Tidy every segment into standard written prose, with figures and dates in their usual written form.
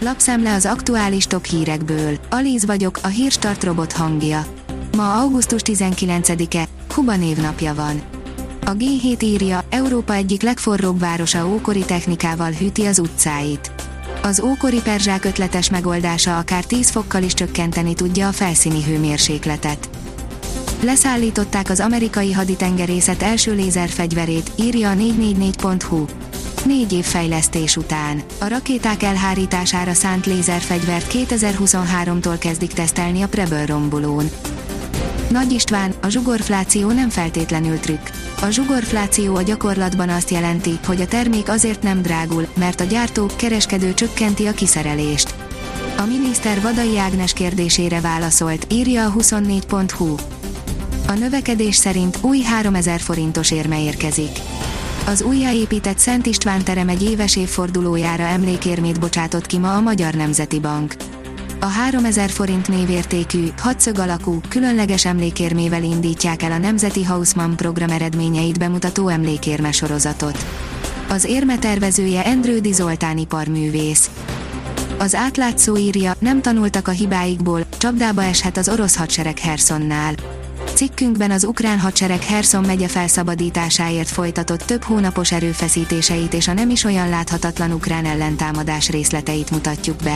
Lapszemle az aktuális top hírekből. Alíz vagyok, a Hírstart robot hangja. Ma augusztus 19-e, Kuba névnapja van. A G7 írja, Európa egyik legforróbb városa ókori technikával hűti az utcáit. Az ókori perzsák ötletes megoldása akár 10 fokkal is csökkenteni tudja a felszíni hőmérsékletet. Leszállították az amerikai haditengerészet első lézerfegyverét, írja a 444.hu. 4 év fejlesztés után. A rakéták elhárítására szánt lézerfegyvert 2023-tól kezdik tesztelni a Prebble rombolón. Nagy István, a zsugorfláció nem feltétlenül trükk. A zsugorfláció a gyakorlatban azt jelenti, hogy a termék azért nem drágul, mert a gyártó, kereskedő csökkenti a kiszerelést. A miniszter Vadai Ágnes kérdésére válaszolt, írja a 24.hu. A növekedés szerint új 3000 forintos érme érkezik. Az újjáépített Szent István terem egy éves évfordulójára emlékérmét bocsátott ki ma a Magyar Nemzeti Bank. A 3000 forint névértékű, hatszög alakú, különleges emlékérmével indítják el a Nemzeti Haussmann program eredményeit bemutató emlékérme sorozatot. Az érme tervezője Endrődy Zoltán iparművész. Az átlátszó írja, nem tanultak a hibáikból, csapdába eshet az orosz hadsereg Hersonnál. Cikkünkben az ukrán hadsereg Herson megye felszabadításáért folytatott több hónapos erőfeszítéseit és a nem is olyan láthatatlan ukrán ellentámadás részleteit mutatjuk be.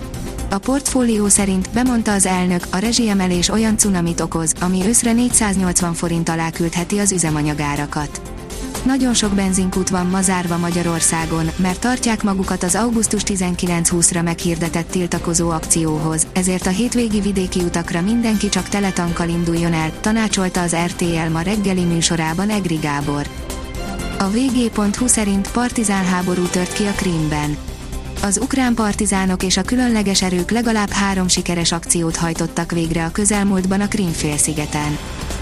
A Portfólió szerint bemondta az elnök, a rezsiemelés olyan cunamit okoz, ami őszre 480 forint alá küldheti az üzemanyagárakat. Nagyon sok benzinkút van ma zárva Magyarországon, mert tartják magukat az augusztus 19-20-ra meghirdetett tiltakozó akcióhoz, ezért a hétvégi vidéki utakra mindenki csak teletankkal induljon el, tanácsolta az RTL ma reggeli műsorában Egri Gábor. A vg.hu szerint partizán háború tört ki a Krímben. Az ukrán partizánok és a különleges erők legalább 3 sikeres akciót hajtottak végre a közelmúltban a Krím-félszigeten.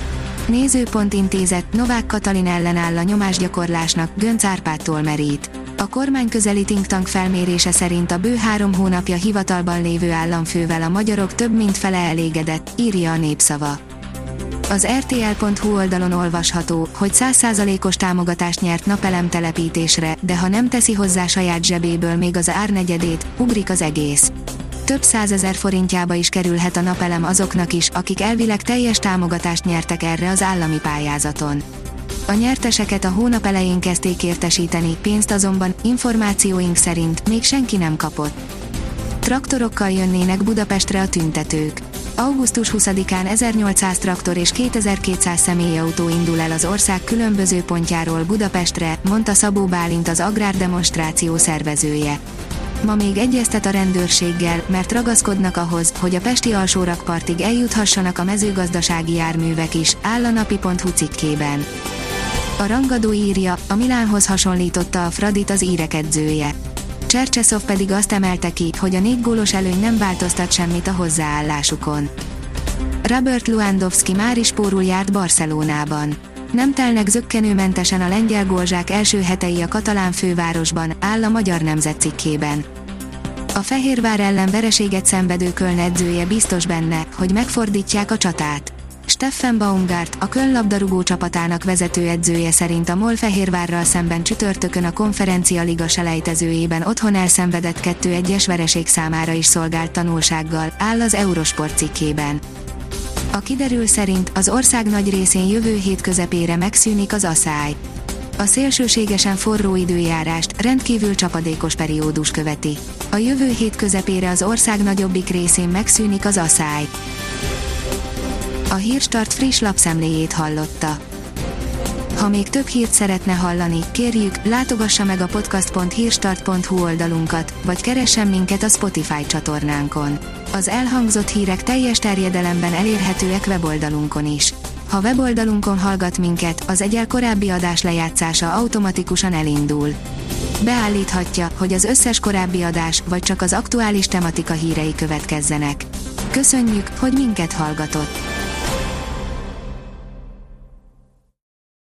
Nézőpont Intézet, Novák Katalin ellenáll a nyomásgyakorlásnak, Göncz Árpádtól merít. A kormány közeli think tank felmérése szerint a bő 3 hónapja hivatalban lévő államfővel a magyarok több mint fele elégedett, írja a Népszava. Az rtl.hu oldalon olvasható, hogy 100%-os támogatást nyert napelem telepítésre, de ha nem teszi hozzá saját zsebéből még az árnegyedét, ugrik az egész. Több 100 000 forintjába is kerülhet a napelem azoknak is, akik elvileg teljes támogatást nyertek erre az állami pályázaton. A nyerteseket a hónap elején kezdték értesíteni, pénzt azonban, információink szerint, még senki nem kapott. Traktorokkal jönnének Budapestre a tüntetők. Augusztus 20-án 1800 traktor és 2200 személyautó indul el az ország különböző pontjáról Budapestre, mondta Szabó Bálint, az agrárdemonstráció szervezője. Ma még egyeztet a rendőrséggel, mert ragaszkodnak ahhoz, hogy a pesti alsórakpartig eljuthassanak a mezőgazdasági járművek is, áll a napi.hu cikkében. A rangadó írja, a Milánhoz hasonlította a Fradit az írek edzője. Csercseszov pedig azt emelte ki, hogy a 4 gólos előny nem változtat semmit a hozzáállásukon. Robert Lewandowski már is pórul járt Barcelonában. Nem telnek zökkenőmentesen a lengyel golzsák első hetei a katalán fővárosban, áll a Magyar Nemzet cikkében. A Fehérvár ellen vereséget szenvedő Köln edzője biztos benne, hogy megfordítják a csatát. Steffen Baumgart, a Köln labdarúgó csapatának vezetőedzője szerint a MOL Fehérvárral szemben csütörtökön a Konferencia Liga selejtezőjében otthon elszenvedett 2-1-es vereség számára is szolgált tanulsággal, áll az Eurosport cikkében. A kiderül szerint az ország nagy részén jövő hét közepére megszűnik az aszály. A szélsőségesen forró időjárást, rendkívül csapadékos periódus követi. A jövő hét közepére az ország nagyobbik részén megszűnik az aszály. A Hírstart friss lapszemléjét hallotta. Ha még több hírt szeretne hallani, kérjük, látogassa meg a podcast.hírstart.hu oldalunkat, vagy keressen minket a Spotify csatornánkon. Az elhangzott hírek teljes terjedelemben elérhetőek weboldalunkon is. Ha weboldalunkon hallgat minket, az egyel korábbi adás lejátszása automatikusan elindul. Beállíthatja, hogy az összes korábbi adás, vagy csak az aktuális tematika hírei következzenek. Köszönjük, hogy minket hallgatott!